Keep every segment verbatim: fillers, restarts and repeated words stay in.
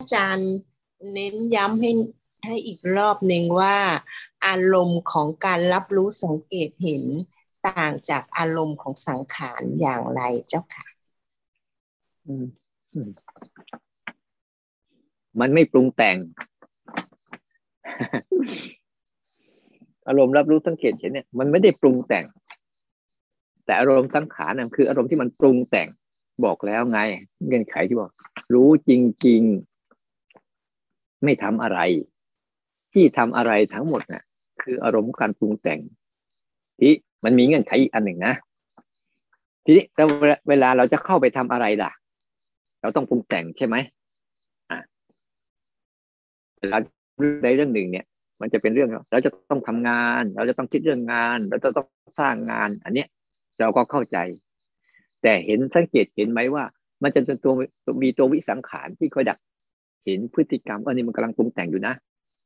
อาจารย์เน้นย้ำให้ให้อีกรอบหนึ่งว่าอารมณ์ของการรับรู้สังเกตเห็นต่างจากอารมณ์ของสังขารอย่างไรเจ้าค่ะอืมอืมมันไม่ปรุงแต่ง อารมณ์รับรู้สังเกตเห็นเนี่ยมันไม่ได้ปรุงแต่งแต่อารมณ์สังขารนั่นคืออารมณ์ที่มันปรุงแต่งบอกแล้วไงเงื่อนไขที่บอกรู้จริงๆไม่ทำอะไรที่ทำอะไรทั้งหมดน่ะคืออารมณ์การปรุงแต่งที่มันมีเงื่อนไขอีกอันหนึ่งนะทีนี้เวลาเราจะเข้าไปทำอะไรล่ะเราต้องปรุงแต่งใช่ไหมอ่ะเวลาในเรื่องหนึ่งเนี่ยมันจะเป็นเรื่องเราจะต้องทำงานเราจะต้องคิดเรื่องงานเราจะต้องสร้างงานอันเนี้ยเราก็เข้าใจแต่เห็นสังเกตเห็นไหมว่ามันจะเป็นตัวมีตัววิสังขารที่คอยดักเห็นพฤติกรรมอันนี้มันกำลังปรุงแต่งอยู่นะ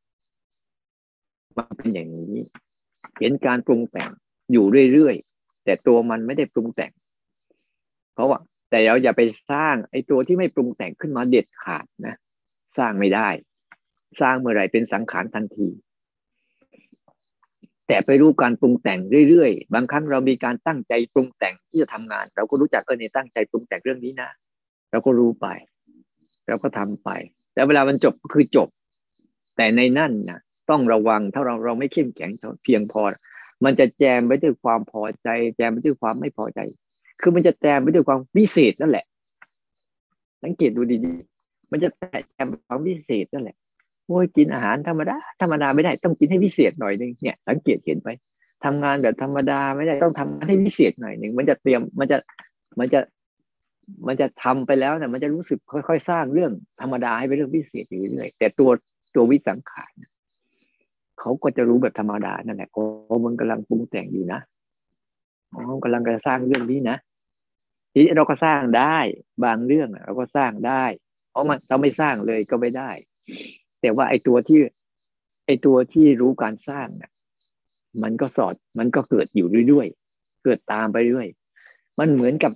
มันเป็นอย่างนี้เห็นการปรุงแต่งอยู่เรื่อยๆแต่ตัวมันไม่ได้ปรุงแต่งเพราะว่าแต่เราอย่าไปสร้างไอ้ตัวที่ไม่ปรุงแต่งขึ้นมาเด็ดขาดนะสร้างไม่ได้สร้างเมื่อไหร่เป็นสังขารทันทีแต่ไปรู้การปรุงแต่งเรื่อยๆบางครั้งเรามีการตั้งใจปรุงแต่งที่จะทำงานเราก็รู้จักเออในตั้งใจปรุงแต่งเรื่องนี้นะเราก็รู้ไปเราก็ทำไปแต่เวลามันจบก็คือจบแต่ในนั่นนะต้องระวังถ้าเราเราไม่เข้มแข็งเพียงพอมันจะแจมไปด้วยความพอใจแจมไปด้วยความไม่พอใจคือมันจะแจมไปด้วยความวิเศษนั่นแหละสังเกตดูดีๆมันจะแจมความวิเศษนั่นแหละโอ้ยกินอาหารธรรมดาธรรมดาไม่ได้ต้องกินให้พิเศษหน่อยนึงเนี่ยสังเกตเห็นไหมทำงานแบบธรรมดาไม่ได้ต้องทำให้พิเศษหน่อยนึงมันจะเตรียมมันจะมันจะมันจะทำไปแล้วเนี่ยมันจะรู้สึกค่อยๆสร้างเรื่องธรรมดาให้เป็นเรื่องพิเศษอยู่เรื่อยๆแต่ตัวตัววิสังขารเขาก็จะรู้แบบธรรมดานั่นแหละโอ้มันกำลังปรุงแต่งอยู่นะอ๋อกำลังจะสร้างเรื่องนี้นะทีนี้เราก็สร้างได้บางเรื่องเราก็สร้างได้เพราะมันเราไม่สร้างเลยก็ไม่ได้แต่ว่าไอ้ตัวที่ไอ้ตัวที่รู้การสร้างเนี่ยมันก็สอดมันก็เกิดอยู่เรื่อยๆเกิดตามไปเรื่อยมันเหมือนกับ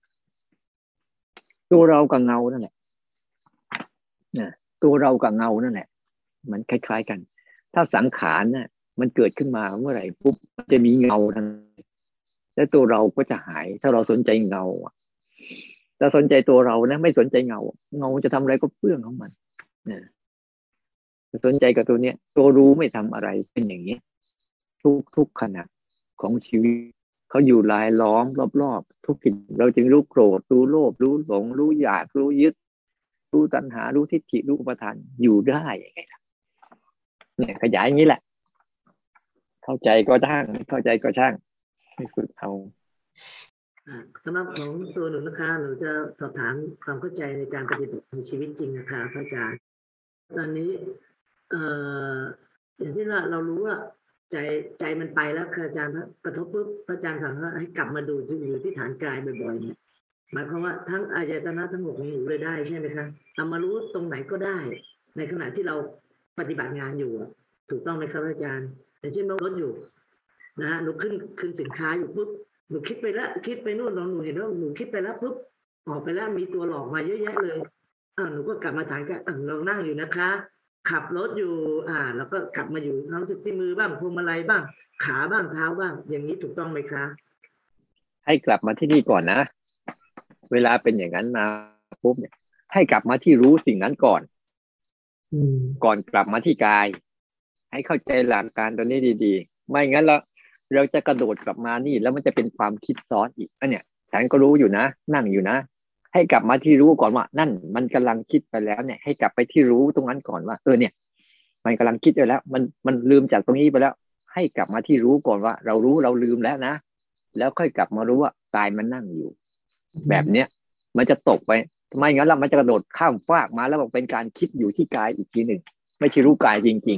ตัวเรากับเงานั่นแหละนะตัวเรากับเงานั่นแหละมันคล้ายๆกันถ้าสังขารน่ะมันเกิดขึ้นมาเมื่อไหร่ปุ๊บจะมีเงาทั้งแล้วตัวเราก็จะหายถ้าเราสนใจเงาถ้าสนใจตัวเรานะไม่สนใจเงาเงาจะทำอะไรก็เปลื้องของมันนะสนใจกับตัวเนี้ยตัวรู้ไม่ทำอะไรเป็นอย่างนี้ทุกทุกขณะของชีวิตเขาอยู่รายล้อมรอบๆทุกสิ่งเราจึงรู้โกรธรู้โลภรู้หลงรู้อยากรู้ยึดรู้ตัณหารู้ทิฏฐิรู้อุปทานอยู่ได้ยังไงล่ะเนี่ยขยายอย่างนี้แหละเข้าใจก็ช่างไม่เข้าใจก็ช่างให้ฝึกเอาสำหรับของตัวหนูนะคะหนูจะสอบถามความเข้าใจในการปฏิบัติในชีวิตจริงนะคะพระอาจารย์ตอนนี้เอ่ออย่างที่ว่าเรารู้ว่าใจใจมันไปแล้วค่ะอาจารย์กระทบปุ๊บพระอาจารย์สั่งว่าให้กลับมาดูอยู่ที่ฐานกายบ่อยๆเนี่ยหมายความว่าทั้งอายตนะทั้งหมดของหนูเลยได้ใช่ไหมคะเอามารู้ตรงไหนก็ได้ในขณะที่เราปฏิบัติงานอยู่ถูกต้องไหมครับอาจารย์อย่างเช่นรถอยู่นะฮะหนูขึ้นขึ้นสินค้าอยู่ปุ๊บหนูคิดไปแล้วคิดไปนู่นหนูเห็นว่าหนูคิดไปแล้วปุ๊บออกไปแล้วมีตัวหลอกมาเยอะแยะเลยอ่าหนูก็กลับมาฐานกายเรานั่งอยู่นะคะขับรถอยู่อ่าแล้วก็กลับมาอยู่ความรู้สึกที่มือบ้างพวงมาลัยบ้างขาบ้างเท้าบ้างอย่างนี้ถูกต้องไหมคะให้กลับมาที่นี่ก่อนนะเวลาเป็นอย่างนั้นมาปุ๊บเนี่ยให้กลับมาที่รู้สิ่งนั้นก่อนก่อนกลับมาที่กายให้เข้าใจหลักการตัวนี้ดีๆไม่งั้นเราเราจะกระโดดกลับมานี่แล้วมันจะเป็นความคิดซ้อนอีกอันเนี้ยฉันก็รู้อยู่นะนั่งอยู่นะให้กลับมาที่รู้ก่อนว่านั่นมันกำลังคิดไปแล้วเนี่ยให้กลับไปที่รู้ตรงนั้นก่อนว่าเออเนี่ยมันกำลังคิดไปแล้วมันมันลืมจากตรงนี้ไปแล้วให้กลับมาที่รู้ก่อนว่าเรารู้เราลืมแล้วนะแล้วค่อยกลับมารู้ว่ากายมันนั่งอยู่แบบเนี้ยมันจะตกไปไม่งั้นเรามันจะกระโดดข้ามฟากมาแล้วบอกเป็นการคิดอยู่ที่กายอีกทีหนึ่งไม่ใช่รู้กายจริง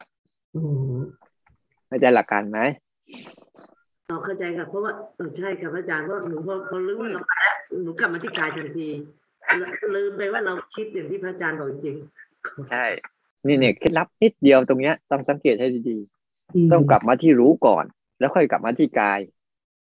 ๆเข้าใจหลักการไหมเราเข้าใจครับเพราะว่าเออใช่ครับอาจารย์เพราะหนูพอพอรู้ว่าเราไปแล้วหนูกลับมาที่กายทันทีลืมไปว่าเราคิดอย่างที่พระอาจารย์บอกจริงใช่นี่เนี่ยเคล็ดลับนิดเดียวตรงเนี้ยต้องสังเกตให้ดีๆต้องกลับมาที่รู้ก่อนแล้วค่อยกลับมาที่กาย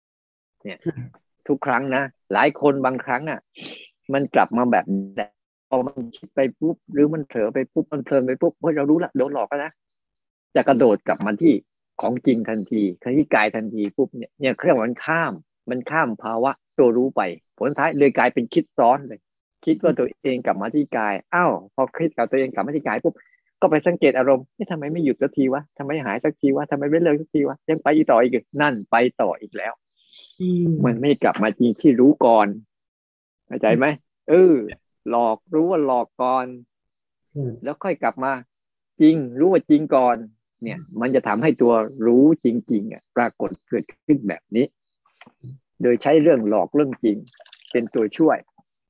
เนี่ยทุกครั้งนะหลายคนบางครั้งอ่ะมันกลับมาแบบอมันคิดไปปุ๊บหรือมันเผลอไปปุ๊บมันเพลินไปปุ๊บเฮ้ยเรารู้ละโดนหลอกแล้วนะจะกระโดดกลับมาที่ของจริงทันทีที่กายทันทีปุ๊บเนี่ยเนี่ยเครื่องมันข้ามมันข้ามภาวะตัวรู้ไปผลท้ายเลยกลายเป็นคิดซ้อนเลยคิดว่าตัวเองกลับมาที่กายอ้าวพอคิดกับตัวเองกลับมาที่กายปุ๊บก็ไปสังเกตอารมณ์นี่ทำไมไม่หยุดสักทีวะทำไมหายสักทีวะทำไมไม่เลิกสักทีวะยังไปอีกต่ออีกนั่นไปต่ออีกแล้วมันไม่กลับมาจริงที่รู้ก่อนเข้าใจไหมเออหลอกรู้ว่าหลอกก่อนแล้วค่อยกลับมาจริงรู้ว่าจริงก่อนเนี่ยมันจะทำให้ตัวรู้จริงๆอ่ะปรากฏเกิดขึ้นแบบนี้โดยใช้เรื่องหลอกเรื่องจริงเป็นตัวช่วย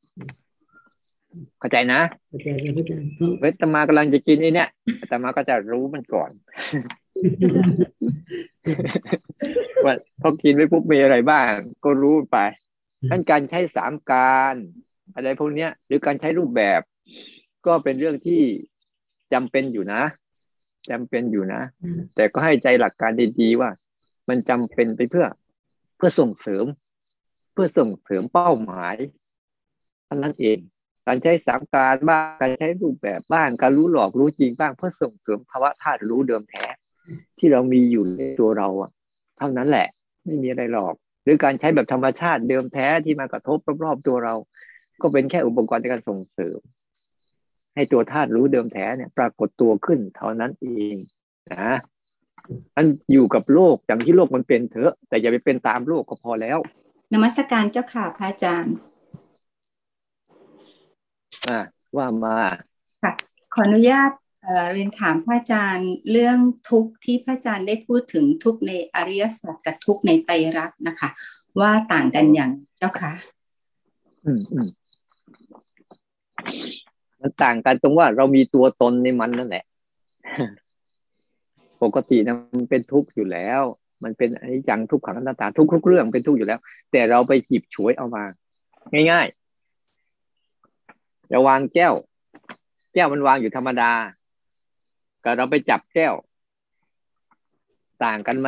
เข้าใจนะเข้าใจเข้าใจเวทมากำลังจะกินไอ้เนี่ยแต่มาก็จะรู้มันก่อนว่าพอกินไปปุ๊บมีอะไรบ้างก็รู้ไปทั้งการใช้สามการอะไรพวกนี้หรือการใช้รูปแบบก็เป็นเรื่องที่จำเป็นอยู่นะจำเป็นอยู่นะแต่ก็ให้ใจหลักการดีๆว่ามันจำเป็นไปเพื่อเพื่อส่งเสริมเพื่อส่งเสริมเป้าหมายเท่านั้นเองการใช้สามการบ้างการใช้รูปแบบบ้างการรู้หลอกรู้จริงบ้างเพื่อส่งเสริมภาวะธาตุรู้เดิมแท้ที่เรามีอยู่ในตัวเราอ่ะเท่านั้นแหละไม่มีอะไรหรอกหรือการใช้แบบธรรมชาติเดิมแท้ที่มากระทบรอบๆตัวเราก็เป็นแค่อุปกรณ์ในการส่งเสริมให้ตัวธาตุรู้เดิมแท้เนี่ยปรากฏตัวขึ้นเท่านั้นเองนะมันอยู่กับโลกอย่างที่โลกมันเป็นเถอะแต่อย่าไปเป็นตามโลกก็พอแล้วนมัสการเจ้าค่ะพระอาจารย์อ่ะว่ามาค่ะขออนุญาตเอ่อเรียนถามพระอาจารย์เรื่องทุกข์ที่พระอาจารย์ได้พูดถึงทุกข์ในอริยสัจกับทุกข์ในไตรลักษณ์นะคะว่าต่างกันอย่างเจ้าค่ะอืมอืมมันต่างกันตรงว่าเรามีตัวตนในมันนั่นแหละปกตินะมันเป็นทุกข์อยู่แล้วมันเป็นอนิจจังทุกขังอนัตตาทุกทุกเรื่องเป็นทุกข์อยู่แล้วแต่เราไปหยิบฉวยเอามาง่ายๆจะวางแก้วแก้วมันวางอยู่ธรรมดากับเราไปจับแก้วต่างกันไหม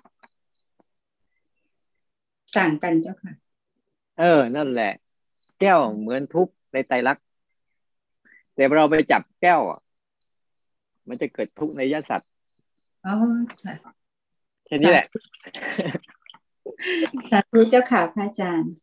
ต่างกันเจ้าค่ะเออนั่นแหละแก้วเหมือนทุกข์ในไตรลักษณ์แต่เราไปจับแก้วมันจะเกิดทุกข์ในยสัตว์อ๋อใช่แค่นี้แหละสาธุเจ้าค่ะพระอาจารย์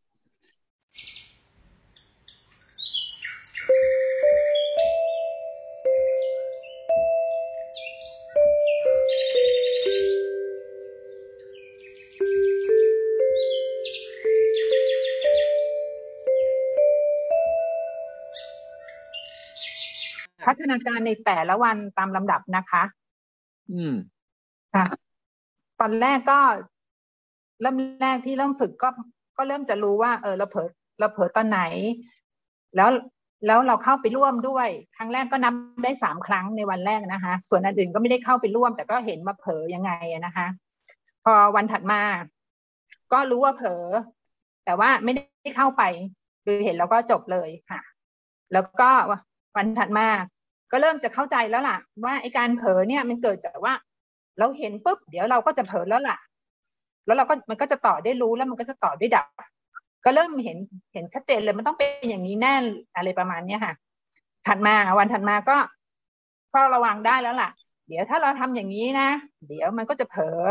พัฒนาการในแต่ละวันตามลำดับนะคะอืมค่ะตอนแรกก็เริ่มแรกที่เริ่มฝึกก็ก็เริ่มจะรู้ว่าเออเราเผลอเราเผลอตอนไหนแล้วแล้วเราเข้าไปร่วมด้วยครั้งแรกก็นับได้สามครั้งในวันแรกนะคะส่วนอันอื่นก็ไม่ได้เข้าไปร่วมแต่ก็เห็นมาเผลอยังไงนะคะพอวันถัดมาก็รู้ว่าเผลอแต่ว่าไม่ได้เข้าไปคือเห็นแล้วก็จบเลยค่ะแล้วก็วันถัดมาก็เริ่มจะเข้าใจแล้วล่ะว่าไอ้การเผลอเนี่ยมันเกิดจากว่าเราเห็นปุ๊บเดี๋ยวเราก็จะเผลอแล้วล่ะแล้วเราก็มันก็จะต่อได้รู้แล้วมันก็จะต่อได้ดับก็เริ่มเห็นเห็นชัดเจนเลยมันต้องเป็นอย่างนี้แน่อะไรประมาณนี้ค่ะถัดมาวันถัดมาก็เฝ้าระวังได้แล้วล่ะเดี๋ยวถ้าเราทำอย่างนี้นะเดี๋ยวมันก็จะเผลอ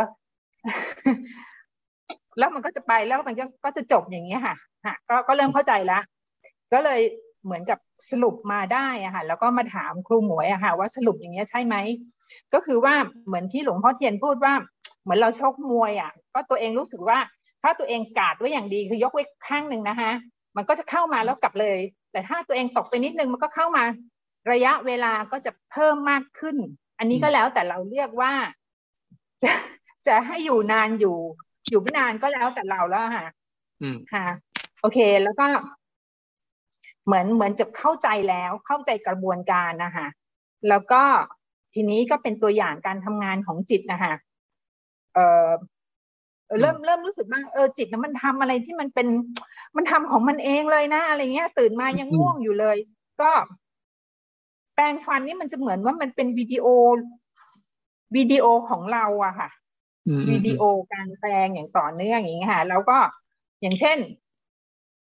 แล้วมันก็จะไปแล้วมันก็ก็จะจบอย่างนี้ค่ะค่ะก็ก็เริ่มเข้าใจแล้วก็เลยเหมือนกับสรุปมาได้อะค่ะแล้วก็มาถามครูหมวยอะค่ะว่าสรุปอย่างนี้ใช่ไหมก็คือว่าเหมือนที่หลวงพ่อเทียนพูดว่าเหมือนเราชกมวยอะก็ตัวเองรู้สึกว่าถ้าตัวเองกาดไว้อย่างดีคือยกไว้ข้างหนึ่งนะคะมันก็จะเข้ามาแล้วกลับเลยแต่ถ้าตัวเองตกไปนิดนึงมันก็เข้ามาระยะเวลาก็จะเพิ่มมากขึ้นอันนี้ก็แล้วแต่เราเลือกว่าจะจะให้อยู่นานอยู่อยู่ไม่นานก็แล้วแต่เราแล้วค่ะค่ะโอเคแล้วก็เหมือนเหมือนจะเข้าใจแล้วเข้าใจกระบวนการนะคะแล้วก็ทีนี้ก็เป็นตัวอย่างการทำงานของจิตนะคะเออเริ่มเริ่มรู้สึกว่าเออจิตนะมันทำอะไรที่มันเป็นมันทำของมันเองเลยนะอะไรเงี้ยตื่นมายังง่วงอยู่เลยก็แปรงฟันนี่มันจะเหมือนว่ามันเป็นวิดีโอวิดีโอของเราอะค่ะวิดีโอการแปลงอย่างต่อเนื่องอย่างเงี้ยค่ะแล้วก็อย่างเช่น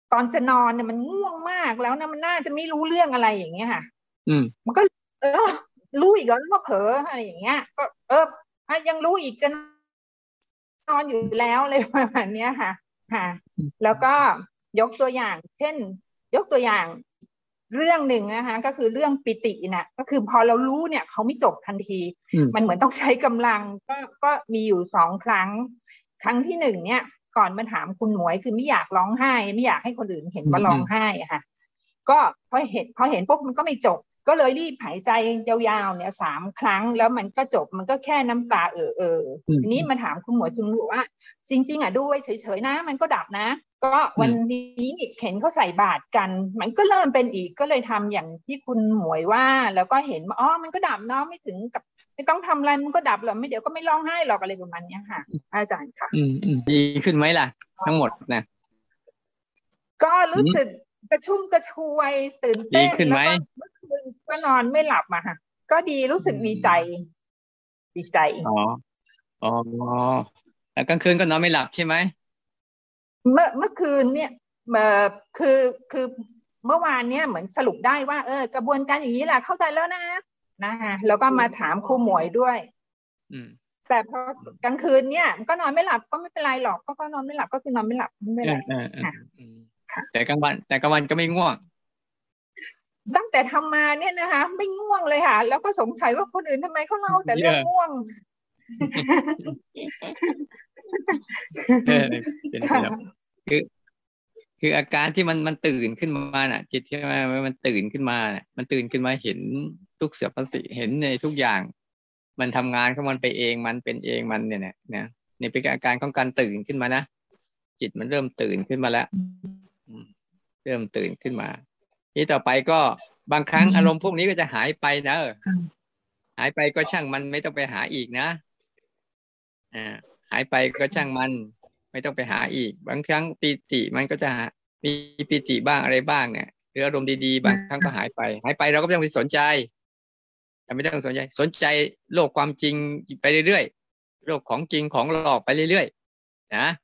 ตอนจะนอนเนี่ยมันง่วงมากแล้วนะมันน่าจะไม่รู้เรื่องอะไรอย่างเงี้ยค่ะอืมมันก็เออรู้อีกแล้วก็เผลออะไรอย่างเงี้ยก็เออยังรู้อีกจะนอนอยู่แล้วเลยประมาณเนี้ยค่ะค่ะแล้วก็ยกตัวอย่างเช่นยกตัวอย่างเรื่องหนึ่งนะคะก็คือเรื่องปิตินะก็คือพอเรารู้เนี่ยเขาไม่จบทันทีมันเหมือนต้องใช้กำลังก็ก็มีอยู่สองครั้งครั้งที่หนึ่งเนี่ยก่อนมาถามคุณหมวยคือไม่อยากร้องไห้ไม่อยากให้คนอื่นเห็นว่าร้องไห้อะค่ะก็พอเห็นพอเห็นปุ๊บมันก็ไม่จบก็เลยรีบหายใจยาวๆเนี่ยสามครั้งแล้วมันก็จบมันก็แค่น้ำตาเออเออทีนี้มาถามคุณหมวยคุณบอกว่าจริงๆอ่ะดูเฉยๆนะมันก็ดับนะก็วันนี้เห็นเขาใส่บาตรกันมันก็เริ่มเป็นอีกก็เลยทำอย่างที่คุณหมวยว่าแล้วก็เห็นอ๋อมันก็ดับเนาะไม่ถึงกับไม่ต้องทำอะไรมันก็ดับหรอกไม่เดี๋ยวก็ไม่ร้องไห้หรอกอะไรประมาณนี้ค่ะอาจารย์ค่ะอืมอืมดีขึ้นไหมล่ะทั้งหมดนะก็รู้สึกกระชุ่มกระชวยตื่นเต้นแล้วก็เมื่อคืนก็นอนไม่หลับมาค่ะก็ดีรู้สึกดีใจดีใจอ๋ออ๋อแล้วกลางคืนก็นอนไม่หลับใช่ไหมเมื่อเมื่อคืนเนี่ยเอ่อคือคือเมื่อวานเนี่ยเหมือนสรุปได้ว่าเออกระบวนการอย่างนี้แหละเข้าใจแล้วนะนะคะแล้วก็มาถามครูหมวยด้วยอืมแต่พอกลางคืนเนี่ยก็นอนไม่หลับก็ไม่เป็นไรหรอกก็ก็นอนไม่หลับก็คือนอนไม่หลับไม่เป็นไรค่ะแต่กลางวันแต่กลางวันก็ไม่ง่วงตั้งแต่ทำมาเนี่ยนะคะไม่ง่วงเลยค่ะแล้วก็สงสัยว่าคนอื่นทำไมเขาเล่าแต่เรื่องง่วงเออเป็นไปแล้วคือคืออาการที่มันมันตื่นขึ้นมาน่ะจิตที่มันมันตื่นขึ้นมามันตื่นขึ้นมาเห็นทุกเสียภาษีเห็นในทุกอย่างมันทำงานของมันไปเองมันเป็นเองมันเนี่ยเนี่ยเนี่ยนี่เป็นอาการของการตื่นขึ้นมานะจิตมันเริ่มตื่นขึ้นมาแล้วเริ่มตื่นขึ้นมาที่ต่อไปก็บางครั้งอารมณ์พวกนี้ก็จะหายไปนะหายไปก็ช่างมันไม่ต้องไปหาอีกนะอ่าหายไปก็ช่างมันไม่ต้องไปหาอีกบางครั้งปีติมันก็จะมีปีติบ้างอะไรบ้างเนี่ยหรืออารมณ์ดีๆบางครั้งก็หายไปหายไปเราก็ไม่ต้องไปสนใจแต่ไม่ต้องสนใจสนใจโลกความจริงไปเรื่อยๆโลกของจริงของหลอกไปเรื่อยๆนะ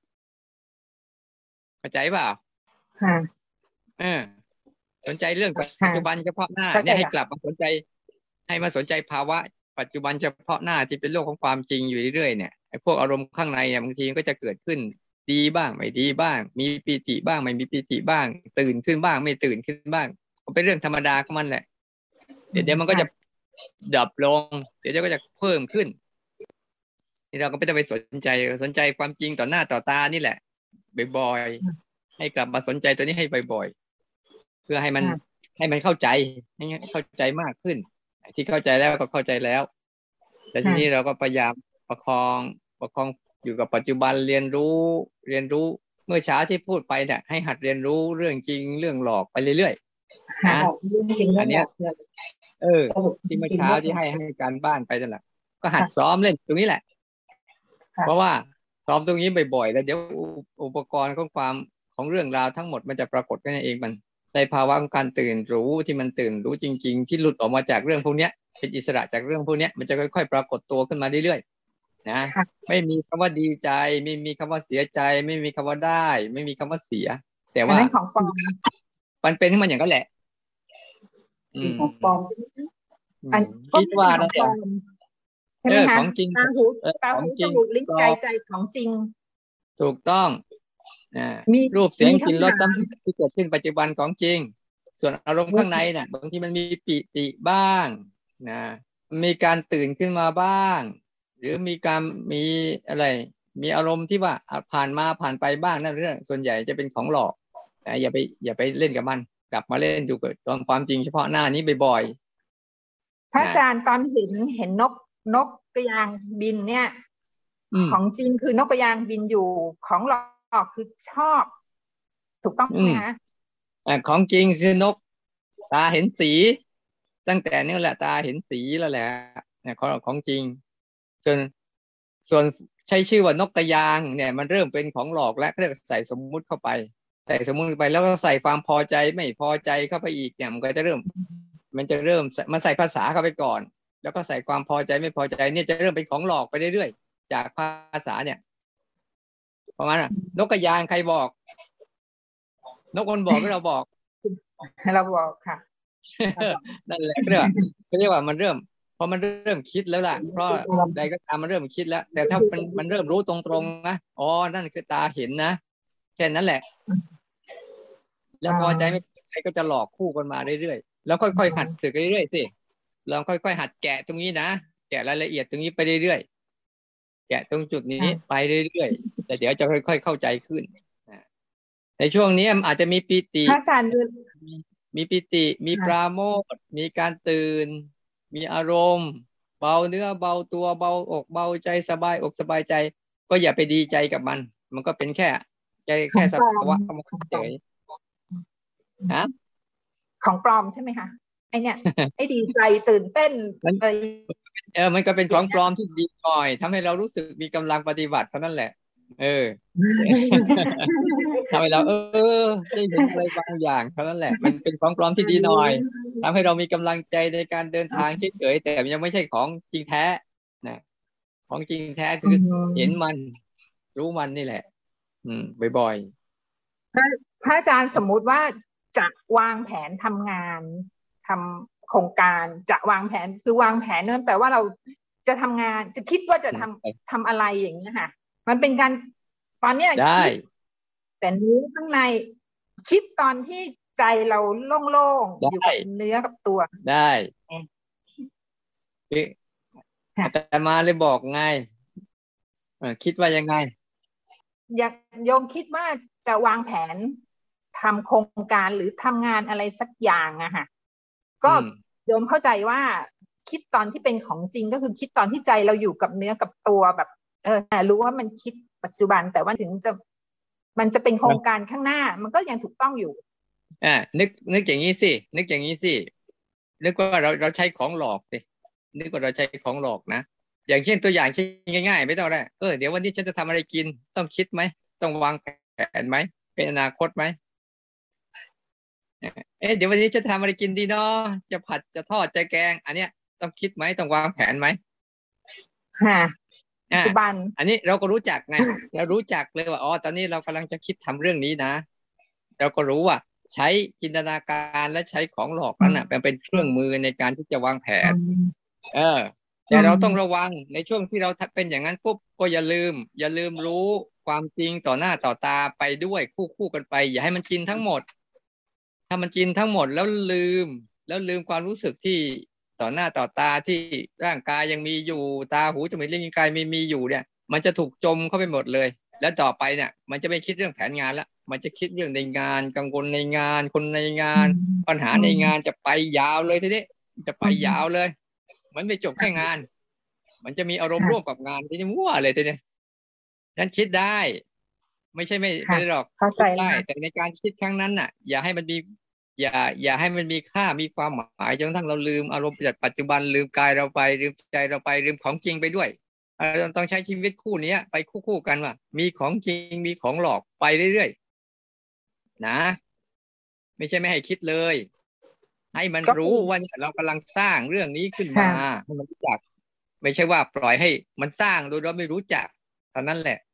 เข้าใจเปล่าค่ะเออสนใจเรื่องปัจจุบันเฉพาะหน้าเนี่ยให้กลับมาสนใจให้มาสนใจภาวะปัจจุบันเฉพาะหน้าที่เป็นโลกของความจริงอยู่เรื่อยๆเนี่ยไอ้พวกอารมณ์ข้างในเนี่ยบางทีก็จะเกิดขึ้นดีบ้างไม่ดีบ้างมีปีติบ้างไม่มีปีติบ้างตื่นขึ้นบ้างไม่ตื่นขึ้นบ้างมันเป็นเรื่องธรรมดาของมันแหละเดี๋ยวเดี๋ยวมันก็จะดับลงเดี๋ยวก็จะเพิ่มขึ้นนี่เราก็ไม่ต้องไปสนใจสนใจความจริงต่อหน้าต่อตานี่แหละบ่อยๆให้กลับมาสนใจตัวนี้ให้บ่อยๆเพื่อให้มันให้มันเข้าใจให้เข้าใจมากขึ้นที่เข้าใจแล้วก็เข้าใจแล้วแต่ทีนี้เราก็พยายามประคองประคองอยู่กับปัจจุบันเรียนรู้เรียนรู้เมื่อเช้าที่พูดไปเนี่ยให้หัดเรียนรู้เรื่องจริงเรื่องหลอกไปเรื่อยๆนะอันเนี้ยเออที่เมื่อเช้าที่ให้ให้การบ้านไปนั่นแหละก็หัดซ้อมเล่นตรงนี้แหละเพราะว่าซ้อมตรงนี้บ่อยๆแล้วเดี๋ยวอุปกรณ์ของความของเรื่องราวทั้งหมดมันจะปรากฏขึ้นเองมันในภาวะของการตื่นรู้ที่มันตื่นรู้จริงๆที่หลุดออกมาจากเรื่องพวกนี้เป็นอิสระจากเรื่องพวกนี้มันจะค่อยๆปรากฏตัวขึ้นมาเรื่อยๆนะไม่มีคำว่าดีใจไม่มีคำว่าเสียใจไม่มีคำว่าได้ไม่มีคำว่าเสียแต่ว่าของปลอมมันเป็นที่มันอย่างนั้นแหละของปลอมอันคิดว่าแล้วใช่ไหมคะของจริงตาหูตาหูจมูกลิ้นกายใจของจริงถูกต้องมีรูปเสียงกลิ่นรสที่เกิดขึ้นปัจจุบันของจริงส่วนอารมณ์ข้างในเนี่ยบางทีมันมีปิติบ้างนะมีการตื่นขึ้นมาบ้างหรือมีการมีอะไรมีอารมณ์ที่ว่าผ่านมาผ่านไปบ้างนั่นเรื่องส่วนใหญ่จะเป็นของหลอกนะอย่าไปอย่าไปเล่นกับมันกลับมาเล่นดูเกิดตอนความจริงเฉพาะหน้านี้บ่อยๆพระอาจารย์ตอนเห็นเห็นนกนกกระยางบินเนี่ยของจริงคือนกกระยางบินอยู่ของหลอกคือชอบถูกต้องไหมคะอ่าของจริงคือนกตาเห็นสีตั้งแต่นี่แหละตาเห็นสีแล้วแหละเนี่ยของของจริงส่วนส่วนใช้ชื่อว่านกกระยางเนี่ยมันเริ่มเป็นของหลอกและเรียกใส่สมมุติเข้าไปใส่สมมุติไปแล้วก็ใส่ความพอใจไม่พอใจเข้าไปอีกเนี่ยมันก็จะเริ่มมันจะเริ่มมันใส่ภาษาเข้าไปก่อนแล้วก็ใส่ความพอใจไม่พอใจเนี่ยจะเริ่มเป็นของหลอกไปเรื่อยๆจากภาษาเนี่ยประมาณน่ะนกกระยางใครบอกนกมันบอกให้เราบอกเราบอกค่ะนั่นแหละเรียกว่าเรียกว่ามันเริ่มพอมันเริ่มคิดแล้วล่ะเพราะใดก็ตามมันเริ่มคิดแล้วแต่ถ้ามันมันเริ่มรู้ตรงๆนะอ๋อนั่นคือตาเห็นนะแค่นั้นแหละแล้วพอใจไม่ใจก็จะหลอกคู่กันมาเรื่อยๆแล้วค่อยๆหัดฝึกเรื่อยๆสิลองค่อยๆหัดแกะตรงนี้นะแกะรายละเอียดตรงนี้ไปเรื่อยๆแกะตรงจุดนี้ไปเรื่อยๆแต่เดี๋ยวจะค่อยๆเข้าใจขึ้นในช่วงนี้อาจจะมีปีติอาจารย์มีปิติมีปราโมทย์มีการตื่นมีอารมณ์เบาเนื้อเบาตัวเบาอกเบาใจสบายอกสบายใจก็อย่าไปดีใจกับมันมันก็เป็นแค่ใจแค่สภาวะของเฉยฮะของปลอมใช่ไหมคะไอเนี่ยไอดีใจตื่นเต้นเออมันก็เป็นของปลอมที่ดีหน่อยทำให้เรารู้สึกมีกำลังปฏิบัติเท่านั้นแหละเออทำให้เราเออได้เห็นอะไรบางอย่างเท่านั้นแหละมันเป็นของปลอมที่ดีหน่อยทำให้เรามีกำลังใจในการเดินทางเฉยๆแต่ยังไม่ใช่ของจริงแท้นะของจริงแท้คือเห็นมันรู้มันนี่แหละอืมบ่อยๆพระอาจารย์สมมุติว่าจะวางแผนทำงานทำโครงการจะวางแผนคือวางแผนนั่นแปลว่าเราจะทำงานจะคิดว่าจะทำทำอะไรอย่างนี้ค่ะมันเป็นการตอนนี้ได้แต่เนื้อข้างในคิดตอนที่ใจเราโล่งๆอยู่กับเนื้อกับตัวได้แต่มาเลยบอกไงคิดว่ายังไงอยากโยมคิดว่าจะวางแผนทำโครงการหรือทำงานอะไรสักอย่างอะค่ะก็โยมเข้าใจว่าคิดตอนที่เป็นของจริงก็คือคิดตอนที่ใจเราอยู่กับเนื้อกับตัวแบบเออรู้ว่ามันคิดปัจจุบันแต่ว่าถึงจะมันจะเป็นโครงการข้างหน้ามันก็ยังถูกต้องอยู่อ่านึกนึกอย่างนี้สินึกอย่างนี้สินึกว่าเราเราใช้ของหลอกสินึกว่าเราใช้ของหลอกนะอย่างเช่นตัวอย่างเช่นง่ายๆไม่ต้องได้เออเดี๋ยววันนี้ฉันจะทำอะไรกินต้องคิดไหมต้องวางแผนไหมเป็นอนาคตไหมเอ๊ะเดี๋ยววันนี้จะทำอะไรกินดีเนาะจะผัดจะทอดจะแกงอันเนี้ยต้องคิดไหมต้องวางแผนไหมฮะปัจจุบันอันนี้เราก็รู้จักไงเรารู้จักเลยว่าอ๋อตอนนี้เรากำลังจะคิดทำเรื่องนี้นะเราก็รู้ว่าใช้จินตนาการและใช้ของหลอกนั่นน่ะเป็นเครื่องมือในการที่จะวางแผนเออแต่เราต้องระวังในช่วงที่เราเป็นอย่างนั้นปุ๊บก็อย่าลืมอย่าลืมรู้ความจริงต่อหน้าต่อตาไปด้วยคู่คู่กันไปอย่าให้มันกินทั้งหมดถ้ามันกินทั้งหมดแล้วลืมแล้วลืมความรู้สึกที่ต่อหน้าต่อตาที่ร่างกายยังมีอยู่ตาหูจมูกลิ้นกายมีมีอยู่เนี่ยมันจะถูกจมเข้าไปหมดเลยแล้วต่อไปเนี่ยมันจะไม่คิดเรื่องแผนงานละมันจะคิดเรื่องในงานกังวลในงานคนในงานปัญหาในงานจะไปยาวเลยทีนี้จะไปยาวเลยมันไม่จบแค่งานมันจะมีอารมณ์ร่วมกับงานทีนี้มั่วเลยทีนี้ฉันคิดได้ไม่ใช่ไม่ไม่หรอกคิดได้แต่ในการคิดครั้งนั้นน่ะอย่าให้มันมีอย่าอย่าให้มันมีค่ามีความหมายจนทั้งเราลืมอารมณ์ปัจจุบันลืมกายเราไปลืมใจเราไปลืมของจริงไปด้วยเราต้องใช้ชีวิตคู่นี้ไปคู่คู่กันว่ามีของจริงมีของหลอกไปเรื่อยๆนะไม่ใช่ไม่ให้คิดเลยให้มันรู้ว่าเรากำลังสร้างเรื่องนี้ขึ้นมาให้มันรู้จักไม่ใช่ว่าปล่อยให้มันสร้างโดยเราไม่รู้จักเท่านั้นแหละ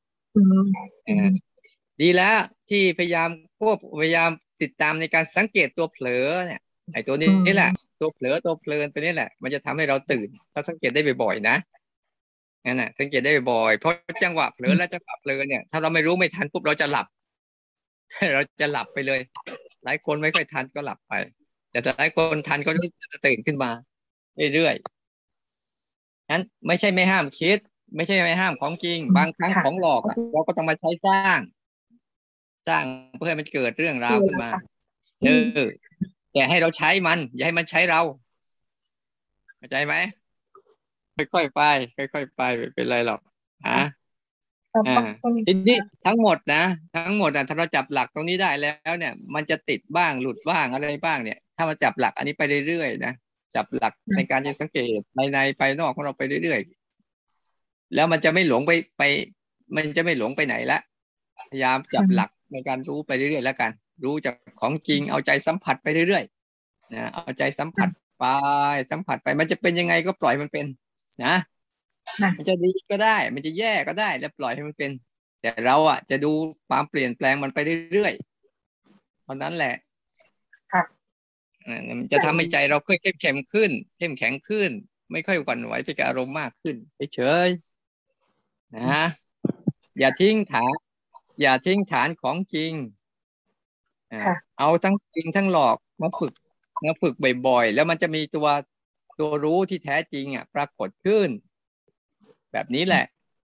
ดีแล้วที่พยายามพวกพยายามติดตามในการสังเกตตัวเผลอเนี่ยไอ้ตัวนี้นี่แหละตัวเผลอตัวเพลินตัวนี้แหละมันจะทำให้เราตื่นถ้าสังเกตได้บ่อยๆนะนั่นแหละสังเกตได้บ่อยเพราะจังหวะเผลอและจังหวะเพลินเนี่ยถ้าเราไม่รู้ไม่ทันปุ๊บเราจะหลับเราจะหลับไปเลยหลายคนไม่ค่อยทันก็หลับไปแต่หลายคนทันก็จะตื่นขึ้นมาเรื่อยๆนั้นไม่ใช่ไม่ห้ามคิดไม่ใช่ไม่ห้ามของจริงบางครั้งของหลอกเราก็ต้องมาใช้สร้างสร้างเพื่อให้มันเกิดเรื่องราวขึ้นมาเออแต่ให้เราใช้มันอย่าให้มันใช้เราเข้าใจไหมค่อยๆไปค่อยๆไปไม่เป็นไรหรอกฮะทีนี้ทั้งหมดนะทั้งหมดนะถ้าเราจับหลักตรงนี้ได้แล้วเนี่ยมันจะติดบ้างหลุดบ้างอะไรบ้างเนี่ยถ้ามาจับหลักอันนี้ไปเรื่อยๆนะจับหลักในการจะสังเกตในในภายนอกของเราไปเรื่อยๆแล้วมันจะไม่หลงไปไปมันจะไม่หลงไปไหนละพยายามจับหลักในการรู้ไปเรื่อยๆแล้วกันรู้จากของจริงเอาใจสัมผัสไปเรื่อยๆนะเอาใจสัมผัสไปสัมผัสไปมันจะเป็นยังไงก็ปล่อยมันเป็นนะมันจะดีก็ได้มันจะแย่ก็ได้แล้วปล่อยให้มันเป็นแต่เราอ่ะจะดูความเปลี่ยนแปลงมันไปเรื่อยเท่านั้นแหละค่ะมันจะทำให้ใจเราค่อยเข้มแข็งขึ้นเข้มแข็งขึ้นไม่ค่อยหวั่นไหวไปกับอารมณ์มากขึ้นเฉยๆนะอย่าทิ้งฐานอย่าทิ้งฐานของจริงเอาทั้งจริงทั้งหลอกมาฝึกมาฝึกบ่อยๆแล้วมันจะมีตัวตัวรู้ที่แท้จริงอ่ะปรากฏขึ้นแบบนี้แหละ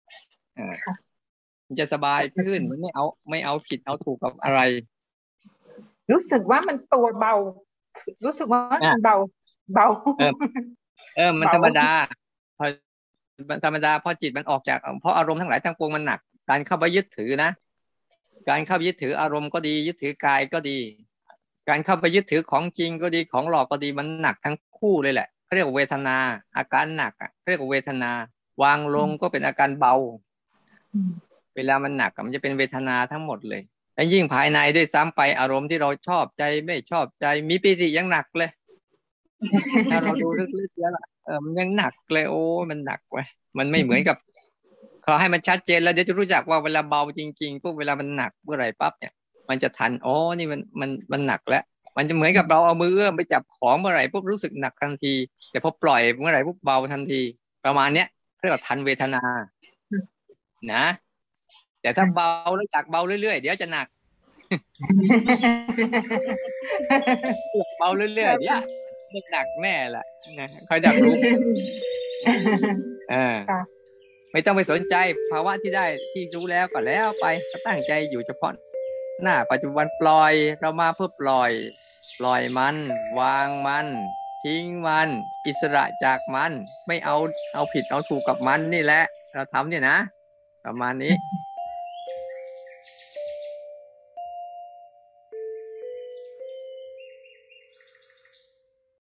มันจะสบายขึ้นมันไม่เอาไม่เอาผิดเอาถูกกับอะไรรู้สึกว่ามันตัวเบารู้สึกว่ามันเบาเบาเออเออมันธรรมดาพอธรรมดาพอจิตมันออกจากเพราะอารมณ์ทั้งหลายทั้งปวงมันหนักการเข้าไปยึดถือนะการเข้าไปยึดถืออารมณ์ก็ดียึดถือกายก็ดีการเข้าไปยึดถือของจริงก็ดีของหลอกก็ดีมันหนักทั้งคู่เลยแหละเขาเรียกว่าเวทนาอาการหนักอ่ะเรียกว่าเวทนาวางลงก็เป็นอาการเบาเวลามันหนักมันจะเป็นเวทนาทั้งหมดเลยและยิ่งภายในด้วยซ้ำไปอารมณ์ที่เราชอบใจไม่ชอบใจมีปิติยังหนักเลยถ้าเราดูลึกๆแล้วเออมันยังหนักเลยโอ้มันหนักเว้ยมันไม่เหมือนกับขอให้มันชัดเจนแล้วเดี๋ยวจะรู้จักว่าเวลาเบาจริงๆพวกเวลามันหนักเมื่อไหร่ปั๊บเนี่ยมันจะทันอ๋อนี่มันมันมันหนักแล้วมันจะเหมือนกับเราเอามือเอื้อมไปจับของเมื่อไหร่ปุ๊บรู้สึกหนักทันทีแต่พอปล่อยเมื่อไหร่ปุ๊บเบาทันทีประมาณเนี้ยเรียกว่าทันเวทนานะแต่ถ้าเบาแล้วจากเบาเรื่อยๆเดี๋ยวจะหนักเบาเรื่อยๆเดี๋ยวหนักแน่แหละนะคอยดักรู้อ่าไม่ต้องไปสนใจภาวะที่ได้ที่รู้แล้วก็แล้วไปก็ตั้งใจอยู่เฉพาะหน้าปัจจุบันปล่อยเรามาเพื่อปล่อยปล่อยมันวางมันทิ้งมันอิสระจากมันไม่เอาเอาผิดเอาถูกกับมันนี่แหละเราทำเนี่ยนะประมาณนี้